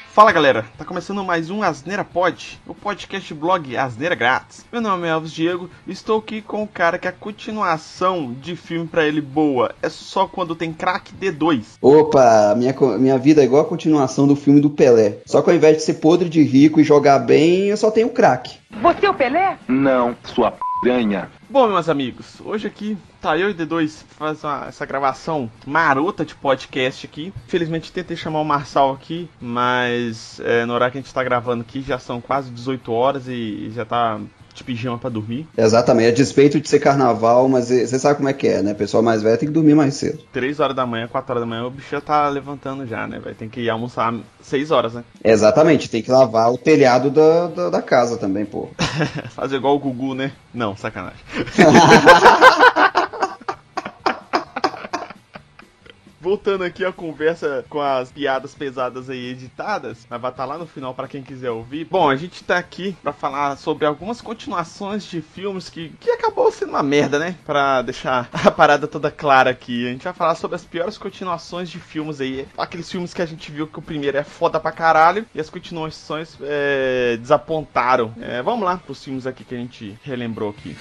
Fala galera, tá começando mais um Asneira Pod, o podcast blog Asneira Grátis. Meu nome é Elvis Diego e estou aqui com o cara que a continuação de filme pra ele boa é só quando tem craque D2. Opa, minha vida é igual a continuação do filme do Pelé. Só que ao invés de ser podre de rico e jogar bem, eu só tenho craque. Você é o Pelé? Não, sua p****. Bom, meus amigos, hoje aqui tá eu e D2 fazendo essa gravação marota de podcast aqui. Infelizmente tentei chamar o Marçal aqui, mas no horário que a gente tá gravando aqui já são quase 18 horas e já tá de pijama pra dormir. Exatamente, a despeito de ser carnaval, mas você sabe como é que é, né? Pessoal mais velho tem que dormir mais cedo. 3 horas da manhã, 4 horas da manhã, o bicho já tá levantando já, né? Vai ter que ir almoçar 6 horas, né? Exatamente, tem que lavar o telhado da casa também, pô. Fazer igual o Gugu, né? Não, sacanagem. Voltando aqui a conversa com as piadas pesadas aí editadas, mas vai estar lá no final pra quem quiser ouvir. Bom, a gente tá aqui pra falar sobre algumas continuações de filmes que acabou sendo uma merda, né? Pra deixar a parada toda clara aqui. A gente vai falar sobre as piores continuações de filmes aí. Aqueles filmes que a gente viu que o primeiro é foda pra caralho e as continuações desapontaram. Vamos lá pros filmes aqui que a gente relembrou aqui.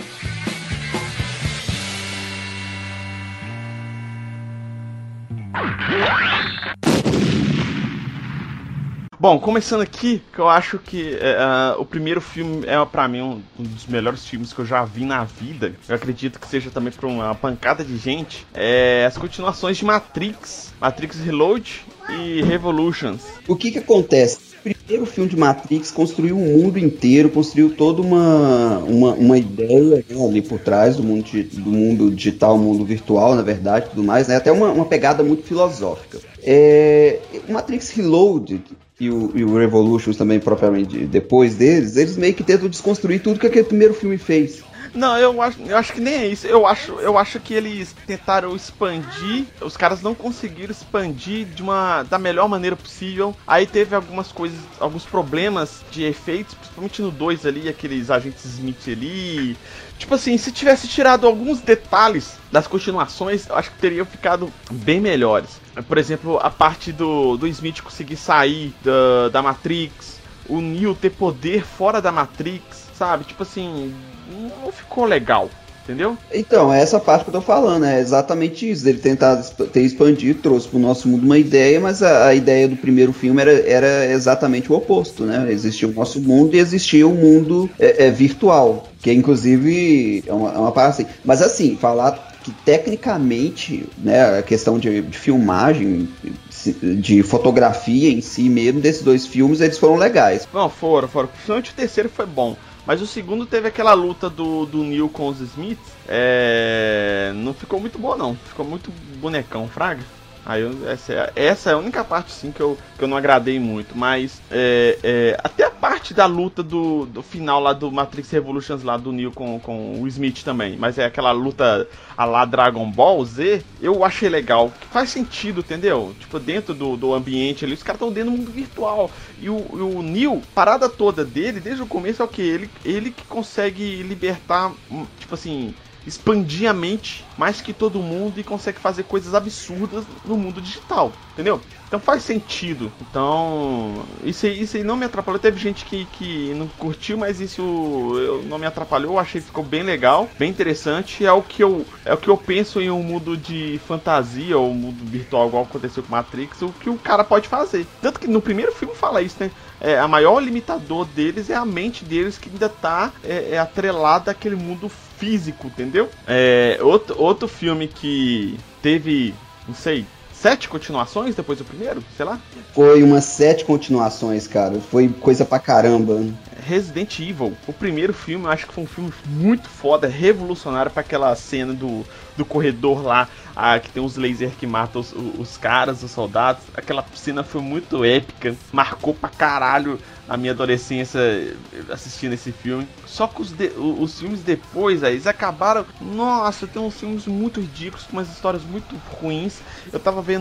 Bom, começando aqui, que eu acho que o primeiro filme é pra mim um dos melhores filmes que eu já vi na vida. Eu acredito que seja também pra uma pancada de gente. As continuações de Matrix Reload e Revolutions. O que acontece? O primeiro filme de Matrix construiu o mundo inteiro, construiu toda uma ideia, né, ali por trás do mundo digital, mundo virtual, na verdade, tudo mais, né? Até uma pegada muito filosófica. O Matrix Reloaded e o Revolutions também, propriamente depois deles, eles meio que tentam desconstruir tudo que aquele primeiro filme fez. Não, eu acho que nem é isso. Eu acho que eles tentaram expandir, os caras não conseguiram expandir da melhor maneira possível. Aí teve algumas coisas, alguns problemas de efeitos, principalmente no 2 ali, aqueles agentes Smith ali. Tipo assim, se tivesse tirado alguns detalhes das continuações, eu acho que teriam ficado bem melhores. Por exemplo, a parte do Smith conseguir sair da Matrix, o Neo ter poder fora da Matrix, sabe? Tipo assim, não ficou legal, entendeu? Então, é essa parte que eu tô falando, é exatamente isso. Ele tentar ter expandido, trouxe pro nosso mundo uma ideia, mas a ideia do primeiro filme era exatamente o oposto, né? Existia o nosso mundo e existia o mundo virtual, que inclusive é uma parte assim. Mas assim, falar que tecnicamente, né, a questão de filmagem, de fotografia em si mesmo, desses dois filmes, eles foram legais. Não, foram. Principalmente o terceiro foi bom. Mas o segundo teve aquela luta do Neo com os Smiths. Não ficou muito boa, não. Ficou muito bonecão, fraga. Aí essa é a única parte, sim, que eu não agradei muito. Mas até a parte da luta do final lá do Matrix Revolutions, lá do Neo com o Smith também. Mas é aquela luta a lá Dragon Ball Z, eu achei legal. Que faz sentido, entendeu? Tipo, dentro do ambiente ali, os caras estão dentro do mundo virtual. E o Neo, parada toda dele, desde o começo, é o que? Ele que consegue libertar, tipo assim, expandir a mente mais que todo mundo e consegue fazer coisas absurdas no mundo digital, entendeu? Então faz sentido. Então, isso aí não me atrapalhou. Teve gente que não curtiu, mas isso não me atrapalhou. Eu achei que ficou bem legal, bem interessante. É o que eu penso em um mundo de fantasia ou um mundo virtual, igual aconteceu com Matrix, o que o cara pode fazer. Tanto que no primeiro filme fala isso, né? A maior limitador deles é a mente deles, que ainda tá atrelada àquele mundo físico, entendeu? Outro filme que teve, não sei, 7 continuações depois do primeiro, sei lá? Foi umas 7 continuações, cara. Foi coisa pra caramba. Resident Evil, o primeiro filme, eu acho que foi um filme muito foda, revolucionário pra aquela cena do corredor lá, que tem os lasers que matam os caras, os soldados. Aquela cena foi muito épica, marcou pra caralho a minha adolescência assistindo esse filme. Só que os filmes depois, eles acabaram... Nossa, tem uns filmes muito ridículos, com umas histórias muito ruins. Eu tava vendo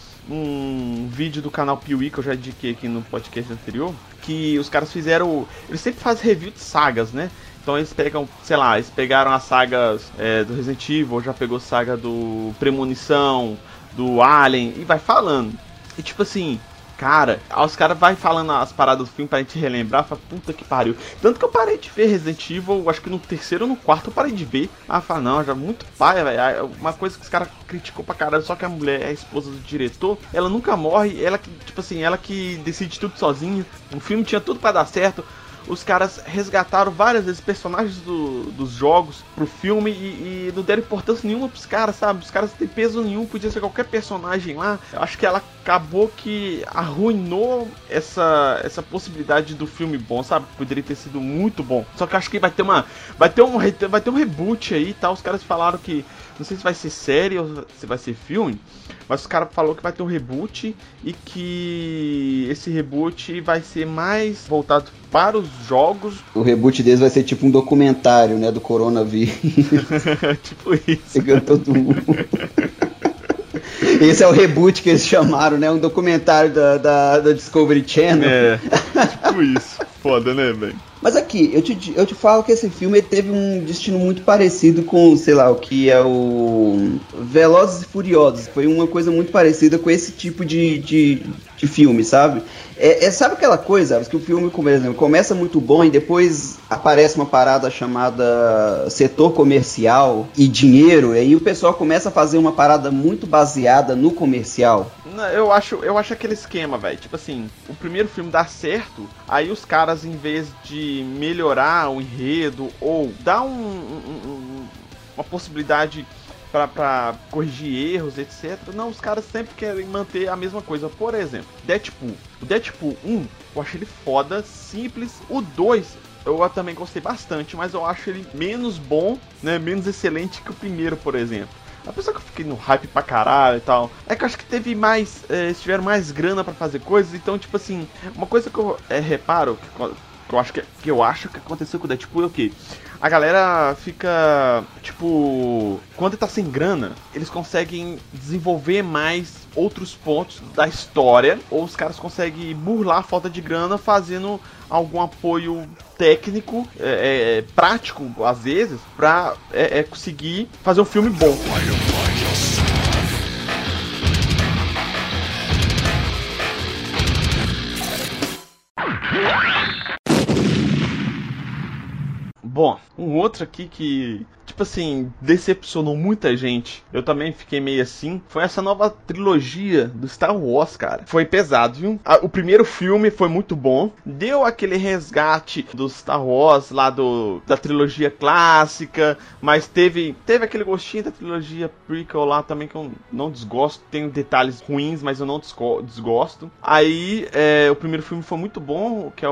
um vídeo do canal Piuí, que eu já indiquei aqui no podcast anterior, que os caras fizeram... Eles sempre fazem review de sagas, né? Então eles pegam, sei lá, eles pegaram as sagas do Resident Evil, já pegou saga do Premonição, do Alien, e vai falando. E tipo assim, cara. Aí os caras vai falando as paradas do filme pra gente relembrar, fala, puta que pariu. Tanto que eu parei de ver Resident Evil, acho que no terceiro ou no quarto eu parei de ver. Ah, fala, não, já muito paia, velho. Uma coisa que os caras criticou pra caralho, só que a mulher é a esposa do diretor, ela nunca morre, ela que, tipo assim, ela que decide tudo sozinha. O filme tinha tudo pra dar certo. Os caras resgataram várias vezes personagens dos jogos pro filme e não deram importância nenhuma pros caras, sabe? Os caras não têm peso nenhum, podia ser qualquer personagem lá. Eu acho que ela acabou que arruinou essa possibilidade do filme bom, sabe? Poderia ter sido muito bom. Só que eu acho que vai ter um reboot aí, tá? Os caras falaram que não sei se vai ser série ou se vai ser filme, mas os caras falaram que vai ter um reboot e que esse reboot vai ser mais voltado para os jogos. O reboot deles vai ser tipo um documentário, né, do coronavírus. Tipo isso. Pegando todo mundo. Esse é o reboot que eles chamaram, né? Um documentário da Discovery Channel. É, tipo isso. Foda, né, velho? Mas aqui, eu te falo que esse filme ele teve um destino muito parecido com, sei lá, o que é o Velozes e Furiosos. Foi uma coisa muito parecida com esse tipo de filme, sabe? Sabe aquela coisa, que o filme, por exemplo, começa muito bom e depois aparece uma parada chamada setor comercial e dinheiro, e aí o pessoal começa a fazer uma parada muito baseada no comercial. Eu acho aquele esquema, velho. Tipo assim, o primeiro filme dá certo, aí os caras, em vez de melhorar o enredo ou dar uma possibilidade pra corrigir erros, etc. Não, os caras sempre querem manter a mesma coisa. Por exemplo, Deadpool. O Deadpool 1, eu acho ele foda, simples. O 2, eu também gostei bastante, mas eu acho ele menos bom, né, menos excelente que o primeiro, por exemplo. Apesar que eu fiquei no hype pra caralho e tal, é que eu acho que teve mais, eles tiveram mais grana pra fazer coisas, então, tipo assim, uma coisa que eu reparo, que eu acho que aconteceu com o Deadpool é o quê? A galera fica, tipo, quando tá sem grana, eles conseguem desenvolver mais outros pontos da história, ou os caras conseguem burlar a falta de grana fazendo algum apoio técnico, prático, às vezes, pra conseguir fazer um filme bom. Bom, um outro aqui que, tipo assim, decepcionou muita gente, eu também fiquei meio assim, foi essa nova trilogia do Star Wars, cara. Foi pesado, viu? O primeiro filme foi muito bom, deu aquele resgate do Star Wars lá da trilogia clássica, mas teve aquele gostinho da trilogia prequel lá também que eu não desgosto, tem detalhes ruins, mas eu não desgosto. Aí, o primeiro filme foi muito bom, que é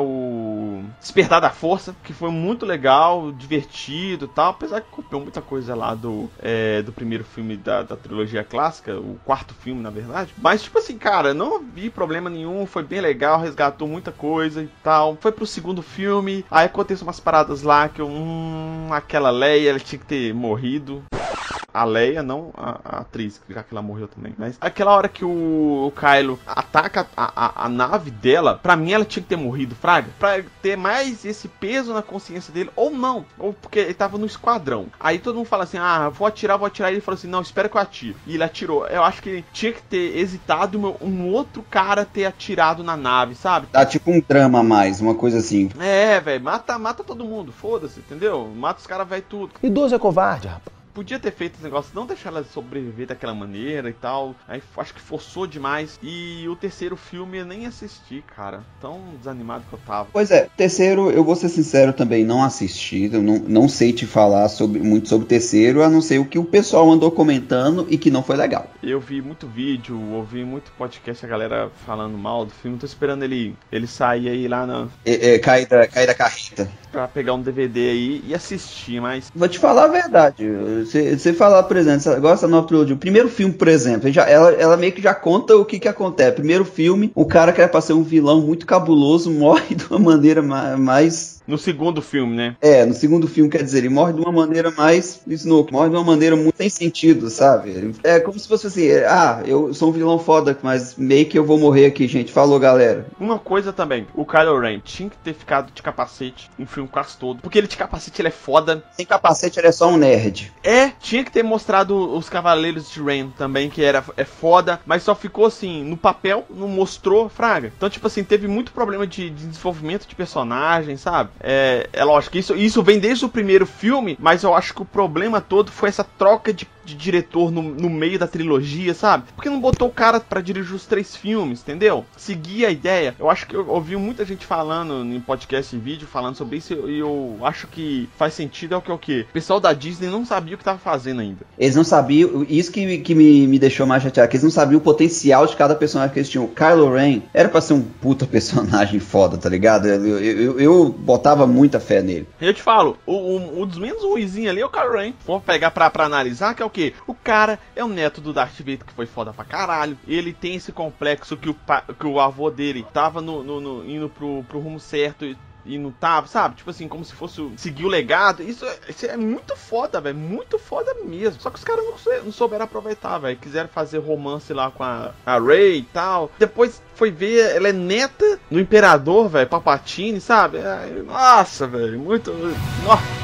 o Despertar da Força, que foi muito legal, divertido e tal, apesar que copiou muita coisa lá do primeiro filme da trilogia clássica, o quarto filme, na verdade. Mas, tipo assim, cara, não vi problema nenhum, foi bem legal, resgatou muita coisa e tal. Foi pro segundo filme, aí aconteceu umas paradas lá que aquela Leia, ela tinha que ter morrido. A Leia, não a atriz, já que ela morreu também. Mas aquela hora que o Kylo ataca a nave dela, pra mim ela tinha que ter morrido, fraga. Pra ter mais esse peso na consciência dele, ou não. Ou porque ele tava no esquadrão. Aí todo mundo fala assim, vou atirar. E ele falou assim, não, espera que eu atiro. E ele atirou. Eu acho que ele tinha que ter hesitado um outro cara ter atirado na nave, sabe? Tá tipo um drama a mais, uma coisa assim. Velho, mata todo mundo, foda-se, entendeu? Mata os caras, velho, tudo. Idoso é covarde, rapaz. Podia ter feito esse negócio, não deixar ela sobreviver daquela maneira e tal. Aí acho que forçou demais. E o terceiro filme eu nem assisti, cara. Tão desanimado que eu tava. Pois é, terceiro, eu vou ser sincero também, não assisti. Eu não sei te falar muito sobre o terceiro, a não ser o que o pessoal andou comentando e que não foi legal. Eu vi muito vídeo, ouvi muito podcast, a galera falando mal do filme. Tô esperando ele sair aí lá na... Cair da carreta. Pra pegar um DVD aí e assistir, mas... Vou te falar a verdade. Você falar, por exemplo, você gosta da nova trilogia. O primeiro filme, por exemplo, ela meio que já conta o que acontece. Primeiro filme, o cara que era pra ser um vilão muito cabuloso morre de uma maneira mais No segundo filme, né? No segundo filme, quer dizer, ele morre de uma maneira mais Snoke, morre de uma maneira muito sem sentido, sabe? É como se fosse assim, eu sou um vilão foda, mas meio que eu vou morrer aqui, gente. Falou, galera. Uma coisa também, o Kylo Ren tinha que ter ficado de capacete em filme quase todo, porque ele de capacete ele é foda. Sem capacete ele é só um nerd. Tinha que ter mostrado os Cavaleiros de Ren também, que é foda, mas só ficou assim, no papel, não mostrou, fraga. Então, tipo assim, teve muito problema de desenvolvimento de personagem, sabe? É lógico que isso vem desde o primeiro filme, mas eu acho que o problema todo foi essa troca de diretor no meio da trilogia, sabe? Porque não botou o cara pra dirigir os 3 filmes, entendeu? Seguir a ideia. Eu acho que eu ouvi muita gente falando em podcast e vídeo, falando sobre isso, e eu acho que faz sentido, o quê? O pessoal da Disney não sabia o que tava fazendo ainda. Eles não sabiam, isso que me deixou mais chateado, que eles não sabiam o potencial de cada personagem que eles tinham. O Kylo Ren era pra ser um puta personagem foda, tá ligado? Eu botava muita fé nele. Eu te falo, o dos menos ruizinho ali é o Kylo Ren. Vou pegar pra analisar, que é o quê? O cara é o neto do Darth Vader, que foi foda pra caralho. Ele tem esse complexo que o avô dele tava indo pro rumo certo e não tava, sabe? Tipo assim, como se fosse seguir o legado. Isso é muito foda, velho. Muito foda mesmo. Só que os caras não souberam aproveitar, velho. Quiseram fazer romance lá com a Rey e tal. Depois foi ver, ela é neta do Imperador, velho, Palpatine, sabe? Nossa, velho. Muito... Nossa.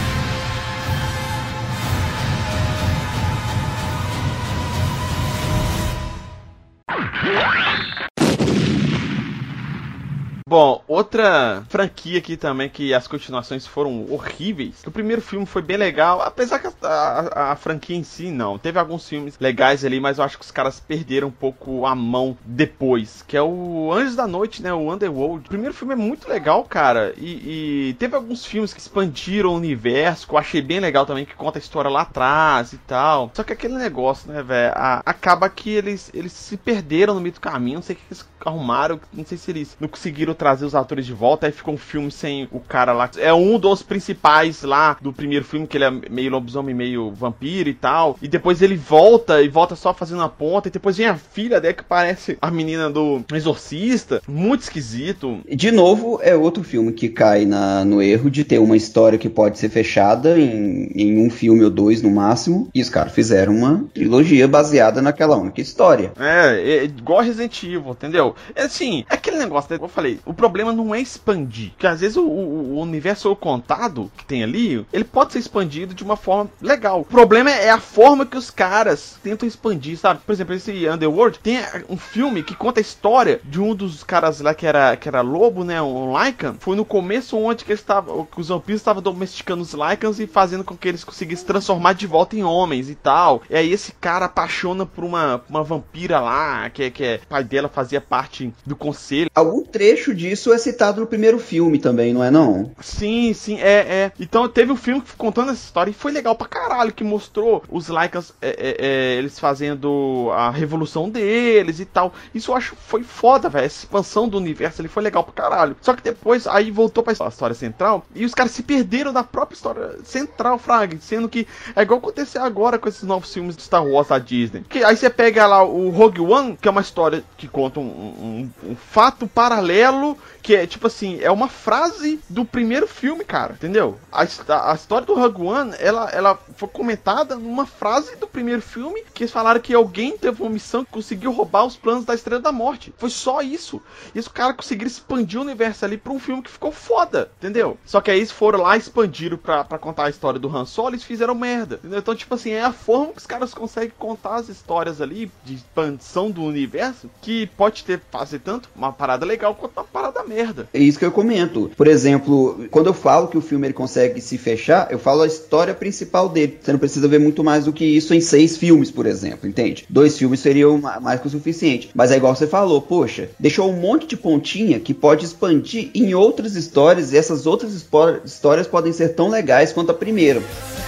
Bom, outra franquia aqui também que as continuações foram horríveis. O primeiro filme foi bem legal, apesar que a franquia em si não. Teve alguns filmes legais ali, mas eu acho que os caras perderam um pouco a mão depois. Que é o Anjos da Noite, né? O Underworld. O primeiro filme é muito legal, cara. E teve alguns filmes que expandiram o universo, que eu achei bem legal também, que conta a história lá atrás e tal. Só que aquele negócio, né, velho? Acaba que eles se perderam no meio do caminho. Não sei o que eles arrumaram. Não sei se eles não conseguiram trazer os atores de volta, aí ficou um filme sem o cara lá. É um dos principais lá do primeiro filme, que ele é meio lobisomem, meio vampiro e tal. E depois ele volta só fazendo a ponta. E depois vem a filha dele, que parece a menina do Exorcista. Muito esquisito. De novo, é outro filme que cai no erro de ter uma história que pode ser fechada em um filme ou 2 no máximo. E os caras fizeram uma trilogia baseada naquela única história. É igual Resident Evil, entendeu? É assim, é aquele negócio, né, como eu falei, o problema não é expandir. Porque às vezes o universo contado que tem ali, ele pode ser expandido de uma forma legal. O problema é a forma que os caras tentam expandir, sabe? Por exemplo, esse Underworld tem um filme que conta a história de um dos caras lá que era lobo, né? Um Lycan. Foi no começo onde que os vampiros estavam domesticando os Lycans e fazendo com que eles conseguissem transformar de volta em homens e tal. E aí esse cara apaixona por uma vampira lá, que o pai dela fazia parte do conselho. Algum trecho disso é citado no primeiro filme também, não é não? Sim, é. Então teve um filme contando essa história e foi legal pra caralho, que mostrou os Lycans, eles fazendo a revolução deles e tal. Isso eu acho foi foda, velho. Essa expansão do universo ali foi legal pra caralho. Só que depois aí voltou pra história central e os caras se perderam da própria história central, fraga. Sendo que é igual aconteceu agora com esses novos filmes de Star Wars da Disney. Que aí você pega lá o Rogue One, que é uma história que conta um fato paralelo, que é tipo assim, é uma frase do primeiro filme, cara, entendeu? A história do Rogue One, ela foi comentada numa frase do primeiro filme, que eles falaram que alguém teve uma missão que conseguiu roubar os planos da Estrela da Morte. Foi só isso. E os caras conseguiram expandir o universo ali pra um filme que ficou foda, entendeu? Só que aí eles foram lá e expandiram pra contar a história do Han Solo e eles fizeram merda, entendeu? Então, tipo assim, é a forma que os caras conseguem contar as histórias ali, de expansão do universo, que pode fazer tanto uma parada legal quanto uma parada merda. É isso que eu comento. Por exemplo, quando eu falo que o filme ele consegue se fechar, eu falo a história principal dele. Você não precisa ver muito mais do que isso em 6 filmes, por exemplo, entende? 2 filmes seriam mais que o suficiente. Mas é igual você falou, poxa, deixou um monte de pontinha que pode expandir em outras histórias, e essas outras histórias podem ser tão legais quanto a primeira.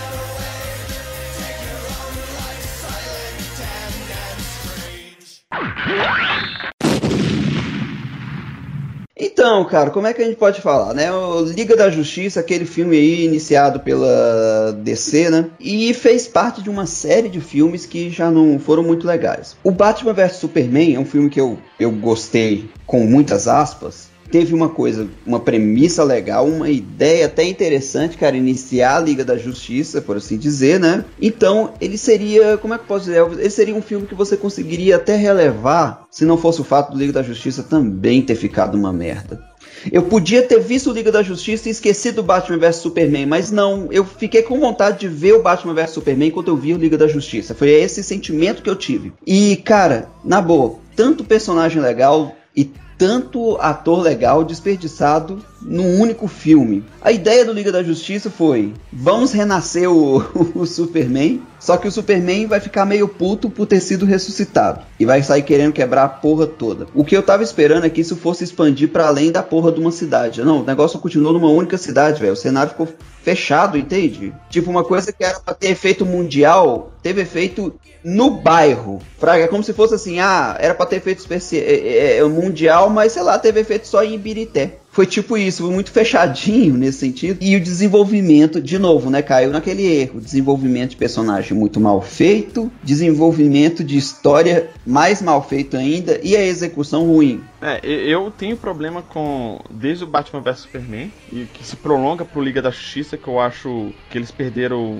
Então, cara, como é que a gente pode falar, né? O Liga da Justiça, aquele filme aí iniciado pela DC, né? E fez parte de uma série de filmes que já não foram muito legais. O Batman vs Superman é um filme que eu gostei com muitas aspas, teve uma premissa legal, uma ideia até interessante, cara, iniciar a Liga da Justiça, por assim dizer, né? Então, ele seria, como é que eu posso dizer? Ele seria um filme que você conseguiria até relevar, se não fosse o fato do Liga da Justiça também ter ficado uma merda. Eu podia ter visto o Liga da Justiça e esquecido o Batman vs Superman, mas não, eu fiquei com vontade de ver o Batman vs Superman enquanto eu vi o Liga da Justiça. Foi esse sentimento que eu tive. E, cara, na boa, tanto personagem legal e tanto ator legal desperdiçado num único filme. A ideia do Liga da Justiça foi: vamos renascer o Superman, só que o Superman vai ficar meio puto por ter sido ressuscitado e vai sair querendo quebrar a porra toda. O que eu tava esperando é que isso fosse expandir pra além da porra de uma cidade. Não, o negócio continuou numa única cidade, velho. O cenário ficou fechado, entende? Tipo, uma coisa que era pra ter efeito mundial, teve efeito no bairro. Fraga, é como se fosse assim, era pra ter efeito mundial, mas sei lá, teve efeito só em Ibirité. Foi tipo isso, foi muito fechadinho nesse sentido. E o desenvolvimento, de novo, né, caiu naquele erro. Desenvolvimento de personagem muito mal feito, desenvolvimento de história mais mal feito ainda, e a execução ruim. Eu tenho problema com, desde o Batman vs Superman, e que se prolonga pro Liga da Justiça, que eu acho que eles perderam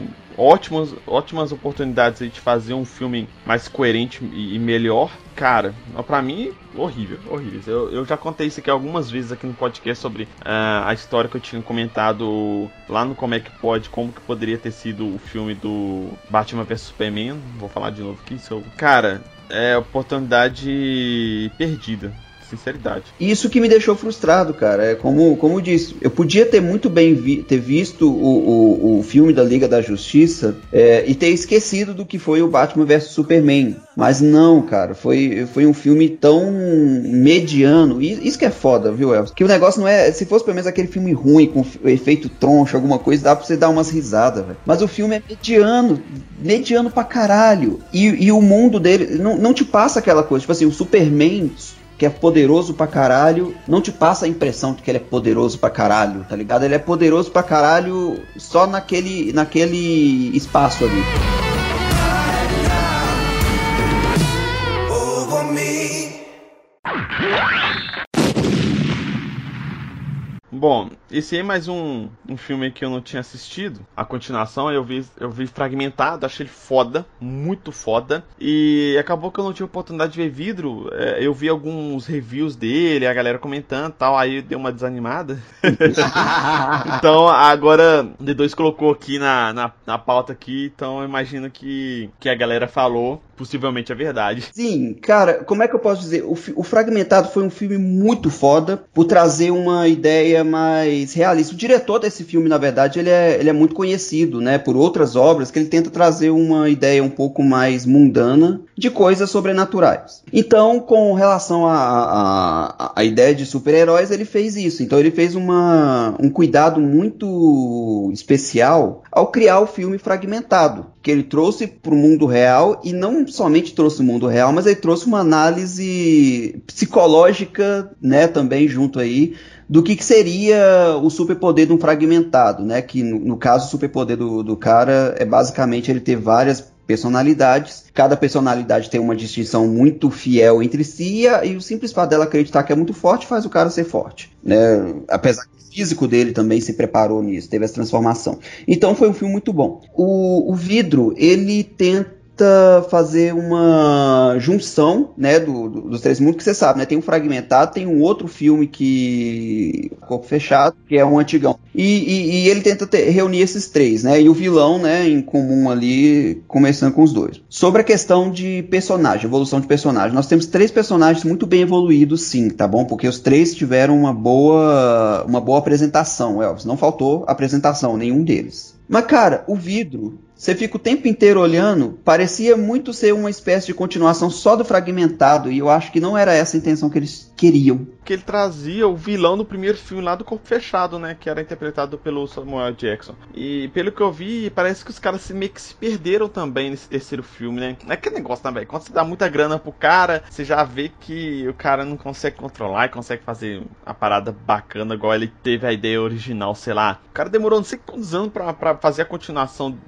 ótimas oportunidades aí de fazer um filme mais coerente e melhor. Cara, pra mim, horrível. Eu já contei isso aqui algumas vezes aqui no podcast sobre a história que eu tinha comentado lá no Como é que Pode, como que poderia ter sido o filme do Batman vs Superman. Vou falar de novo aqui. Cara, é oportunidade perdida. Sinceridade. Isso que me deixou frustrado, cara. É como eu disse, eu podia ter muito bem ter visto o filme da Liga da Justiça e ter esquecido do que foi o Batman vs Superman. Mas não, cara. Foi um filme tão mediano. E isso que é foda, viu, Elvis? Que o negócio não é... Se fosse pelo menos aquele filme ruim, com efeito troncho, alguma coisa, dá pra você dar umas risadas, velho. Mas o filme é mediano pra caralho. E o mundo dele não te passa aquela coisa. Tipo assim, o Superman, que é poderoso pra caralho, não te passa a impressão de que ele é poderoso pra caralho, tá ligado? Ele é poderoso pra caralho só naquele espaço ali. Bom, esse aí é mais um filme que eu não tinha assistido. A continuação eu vi fragmentado, achei ele foda, muito foda. E acabou que eu não tive oportunidade de ver Vidro. Eu vi alguns reviews dele, a galera comentando e tal, aí deu uma desanimada. Então agora o D2 colocou aqui na pauta aqui, então eu imagino que a galera falou, possivelmente é verdade. Sim, cara, como é que eu posso dizer? O Fragmentado foi um filme muito foda por trazer uma ideia mais realista. O diretor desse filme, na verdade, ele é muito conhecido, né, por outras obras, que ele tenta trazer uma ideia um pouco mais mundana de coisas sobrenaturais. Então, com relação à ideia de super-heróis, ele fez isso. Então, ele fez um cuidado muito especial ao criar o filme Fragmentado, que ele trouxe para o mundo real, e não somente trouxe o mundo real, mas ele trouxe uma análise psicológica, né, também junto aí, do que seria o superpoder de um fragmentado, né? Que no caso o superpoder do cara é basicamente ele ter várias personalidades, cada personalidade tem uma distinção muito fiel entre si, e o simples fato dela acreditar que é muito forte faz o cara ser forte, né? Apesar que o físico dele também se preparou nisso, teve essa transformação. Então foi um filme muito bom. O Vidro, ele tenta fazer uma junção, né, dos três mundos, que você sabe, né, tem um Fragmentado, tem um outro filme que Corpo Fechado, que é um antigão, e ele tenta reunir esses três, né, e o vilão, né, em comum ali, começando com os dois. Sobre a questão de personagem, evolução de personagem, nós temos três personagens muito bem evoluídos, sim, tá bom, porque os três tiveram uma boa apresentação, Elvis, não faltou apresentação, nenhum deles. Mas, cara, o Vidro, você fica o tempo inteiro olhando, parecia muito ser uma espécie de continuação só do Fragmentado, e eu acho que não era essa a intenção que eles queriam. Que ele trazia o vilão do primeiro filme lá do Corpo Fechado, né, que era interpretado pelo Samuel Jackson. E pelo que eu vi, parece que os caras meio que se perderam também nesse terceiro filme, né. É aquele negócio, né, velho, quando você dá muita grana pro cara, você já vê que o cara não consegue controlar e consegue fazer a parada bacana, igual ele teve a ideia original, sei lá. O cara demorou não sei quantos anos pra fazer a continuação do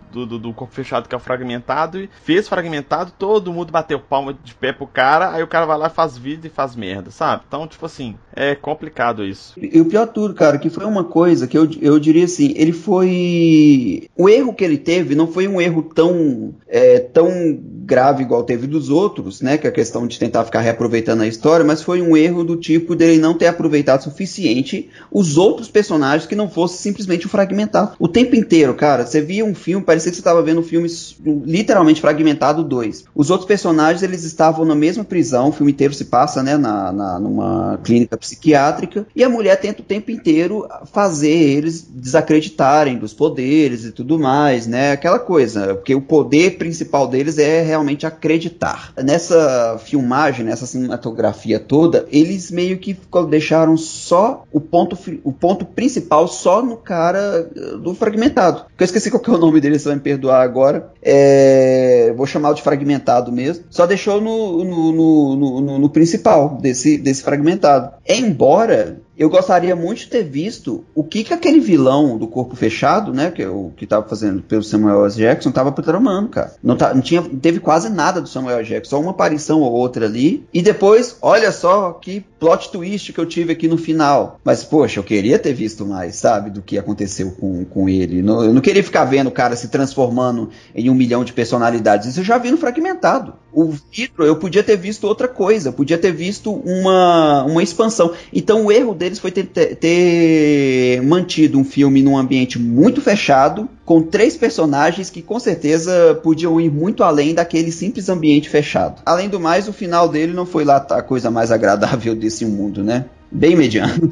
do Corpo Fechado, que é o Fragmentado, e fez Fragmentado, todo mundo bateu palma de pé pro cara, aí o cara vai lá, faz vídeo e faz merda, sabe? Então, tipo assim, é complicado isso. E o pior de tudo, cara, que foi uma coisa que eu diria assim, ele foi... O erro que ele teve não foi um erro tão grave igual teve dos outros, né, que é a questão de tentar ficar reaproveitando a história, mas foi um erro do tipo dele não ter aproveitado o suficiente os outros personagens que não fosse simplesmente o Fragmentado. O tempo inteiro, cara, você via um filme, parecia que você estava vendo um filme literalmente Fragmentado 2. Os outros personagens, eles estavam na mesma prisão, o filme inteiro se passa, né, numa clínica psiquiátrica, e a mulher tenta o tempo inteiro fazer eles desacreditarem dos poderes e tudo mais, né, aquela coisa, porque o poder principal deles é realmente acreditar. Nessa filmagem, nessa cinematografia toda, eles meio que deixaram só o ponto principal só no cara do Fragmentado. Eu esqueci qual que é o nome dele, você vai me perdoar agora. Vou chamar de Fragmentado mesmo. Só deixou no principal desse Fragmentado. Embora eu gostaria muito de ter visto o que aquele vilão do Corpo Fechado, né, que é o que estava fazendo pelo Samuel L. Jackson, estava tramando, cara. Não teve quase nada do Samuel L. Jackson, só uma aparição ou outra ali. E depois, olha só que plot twist que eu tive aqui no final. Mas, poxa, eu queria ter visto mais, sabe, do que aconteceu com ele. Eu não queria ficar vendo o cara se transformando em 1 milhão de personalidades. Isso eu já vi no Fragmentado. O Vitro, eu podia ter visto outra coisa, podia ter visto uma expansão. Então o erro deles foi ter mantido um filme num ambiente muito fechado, com 3 personagens que com certeza podiam ir muito além daquele simples ambiente fechado. Além do mais, o final dele não foi lá a coisa mais agradável desse mundo, né? Bem mediano.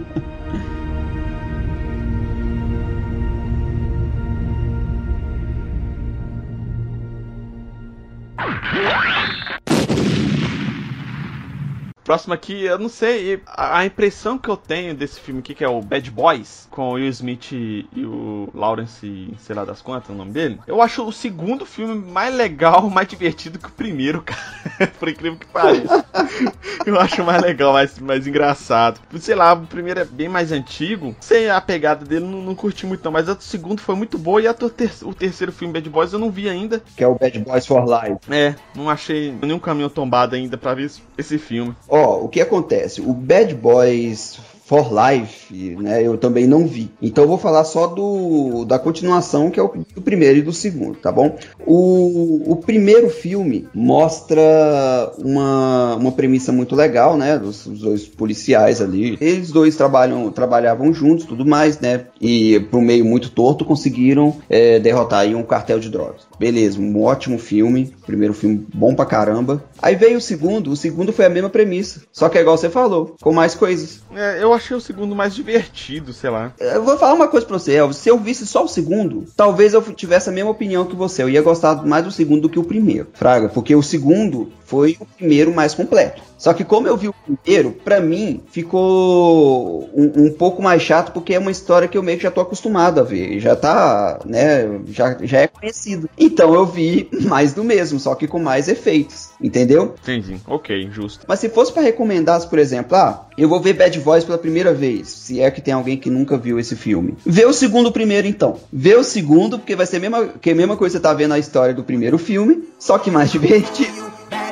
Próximo aqui, eu não sei, a impressão que eu tenho desse filme aqui, que é o Bad Boys, com o Will Smith e o Lawrence, sei lá das quantas, o nome dele, eu acho o segundo filme mais legal, mais divertido que o primeiro, cara, por incrível que pareça. Eu acho mais legal, mais engraçado. Sei lá, o primeiro é bem mais antigo, sei, a pegada dele não curti muito não, mas o segundo foi muito boa, e o terceiro filme, Bad Boys, eu não vi ainda. Que é o Bad Boys for Life. Não achei nenhum caminho tombado ainda pra ver esse filme. O que acontece? O Bad Boys for Life, né, eu também não vi. Então eu vou falar só da continuação, que é o do primeiro e do segundo, tá bom? O primeiro filme mostra uma premissa muito legal, né, dos 2 policiais ali. Eles 2 trabalhavam juntos, tudo mais, né, e por um meio muito torto conseguiram derrotar aí um cartel de drogas. Beleza, um ótimo filme, primeiro filme bom pra caramba. Aí veio o segundo foi a mesma premissa, só que é igual você falou, com mais coisas. Eu achei o segundo mais divertido, sei lá. Eu vou falar uma coisa pra você, Elvis. Se eu visse só o segundo, talvez eu tivesse a mesma opinião que você. Eu ia gostar mais do segundo do que o primeiro, Fraga, porque o segundo foi o primeiro mais completo. Só que como eu vi o primeiro, pra mim, ficou um pouco mais chato, porque é uma história que eu meio que já tô acostumado a ver. Já tá, né, já é conhecido. Então eu vi mais do mesmo, só que com mais efeitos, entendeu? Entendi, ok, justo. Mas se fosse pra recomendar, por exemplo, eu vou ver Bad Boys pela primeira vez, se é que tem alguém que nunca viu esse filme. Vê o segundo primeiro, então. Vê o segundo, porque vai ser a mesma coisa que você tá vendo a história do primeiro filme, só que mais divertido.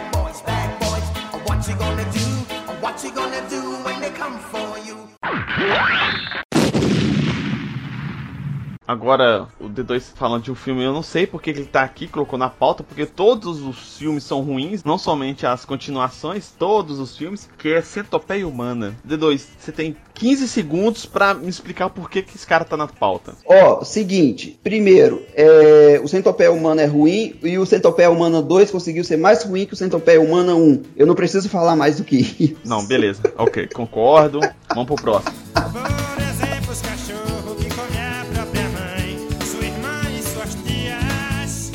Agora, o D2 falando de um filme, eu não sei porque ele tá aqui, colocou na pauta, porque todos os filmes são ruins, não somente as continuações, todos os filmes, que é Centopeia Humana. D2, você tem 15 segundos pra me explicar por que esse cara tá na pauta. Seguinte, primeiro, o Centopeia Humana é ruim, e o Centopeia Humana 2 conseguiu ser mais ruim que o Centopeia Humana 1. Eu não preciso falar mais do que isso. Não, beleza, ok, concordo, vamos pro próximo. Por exemplo, os cachorros que comem a própria mãe, sua irmã e suas tias.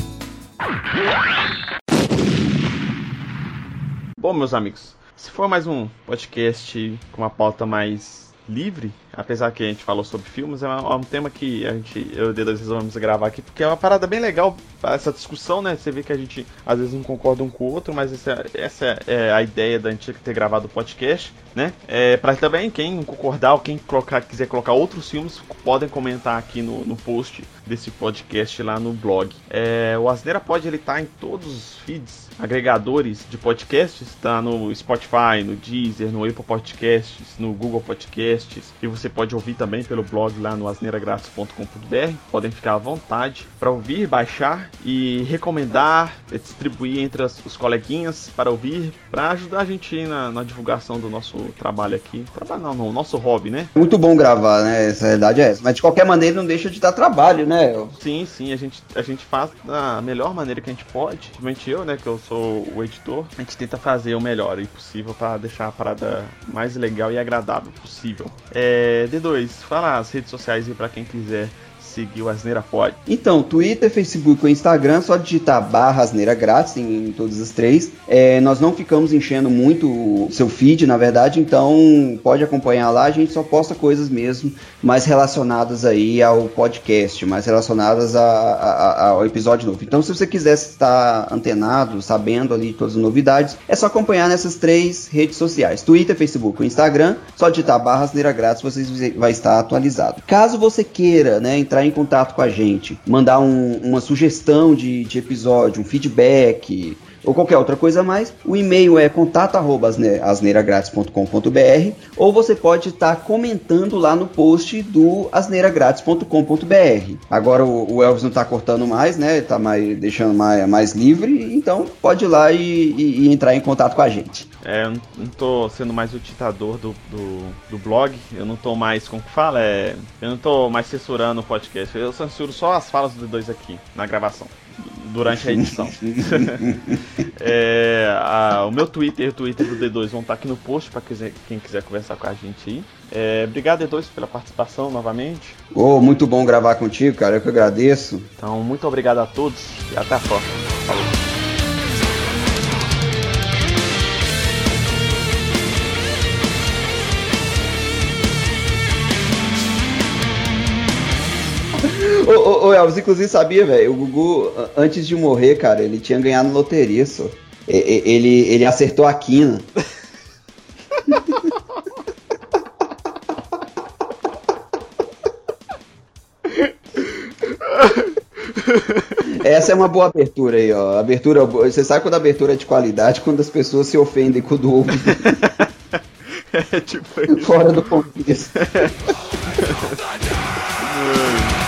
Bom, meus amigos, se for mais um podcast com uma pauta mais livre, apesar que a gente falou sobre filmes, é um tema que eu e o D2 resolvemos gravar aqui, porque é uma parada bem legal, essa discussão, né? Você vê que a gente às vezes não concorda um com o outro, mas essa é a ideia da gente ter gravado o podcast, né? Pra também, quem concordar ou quem quiser colocar outros filmes, podem comentar aqui no post desse podcast lá no blog. O Asneira Pod, ele tá em todos os feeds agregadores de podcasts, tá no Spotify, no Deezer, no Apple Podcasts, no Google Podcasts, e você pode ouvir também pelo blog lá no asneiragratis.com.br. Podem ficar à vontade para ouvir, baixar e recomendar, distribuir entre os coleguinhas para ouvir, para ajudar a gente na divulgação do nosso trabalho aqui. Trabalho não, nosso hobby, né? Muito bom gravar, né? Essa realidade é essa. Mas de qualquer maneira não deixa de dar trabalho, né? Sim, a gente faz da melhor maneira que a gente pode. Principalmente eu, né, que eu sou o editor, a gente tenta fazer o melhor possível para deixar a parada mais legal e agradável possível. D2, fala as redes sociais aí para quem quiser seguir o Asneira Pod. Então, Twitter, Facebook ou Instagram, só digitar @asneiragrátis em todos os três. Nós não ficamos enchendo muito o seu feed, na verdade, então pode acompanhar lá, a gente só posta coisas mesmo mais relacionadas aí ao podcast, mais relacionadas ao episódio novo. Então, se você quiser estar antenado, sabendo ali todas as novidades, é só acompanhar nessas três redes sociais, Twitter, Facebook ou Instagram, só digitar @asneiragrátis, você vai estar atualizado. Caso você queira, né, entrar em contato com a gente, mandar uma sugestão de episódio, um feedback ou qualquer outra coisa a mais, o e-mail é contato@asneiragratis.com.br, ou você pode estar comentando lá no post do asneiragratis.com.br. Agora o Elvis não está cortando mais, né? Está deixando mais livre, então pode ir lá e entrar em contato com a gente. Eu não tô sendo mais o ditador do blog, eu não tô mais, como que fala? Eu não tô mais censurando o podcast, eu censuro só as falas do D2 aqui, na gravação, durante a edição. O meu Twitter e o Twitter do D2 vão estar aqui no post para quem quiser conversar com a gente aí. Obrigado, D2, pela participação novamente. Muito bom gravar contigo, cara, eu que agradeço. Então, muito obrigado a todos e até a próxima. Falou. Ô Elvis, inclusive sabia, velho, o Gugu, antes de morrer, cara, ele tinha ganhado loteria, só. Ele acertou a quina. Essa é uma boa abertura aí, ó. Abertura, você sabe quando a abertura é de qualidade, quando as pessoas se ofendem com o do outro. Tipo isso. Fora do contexto.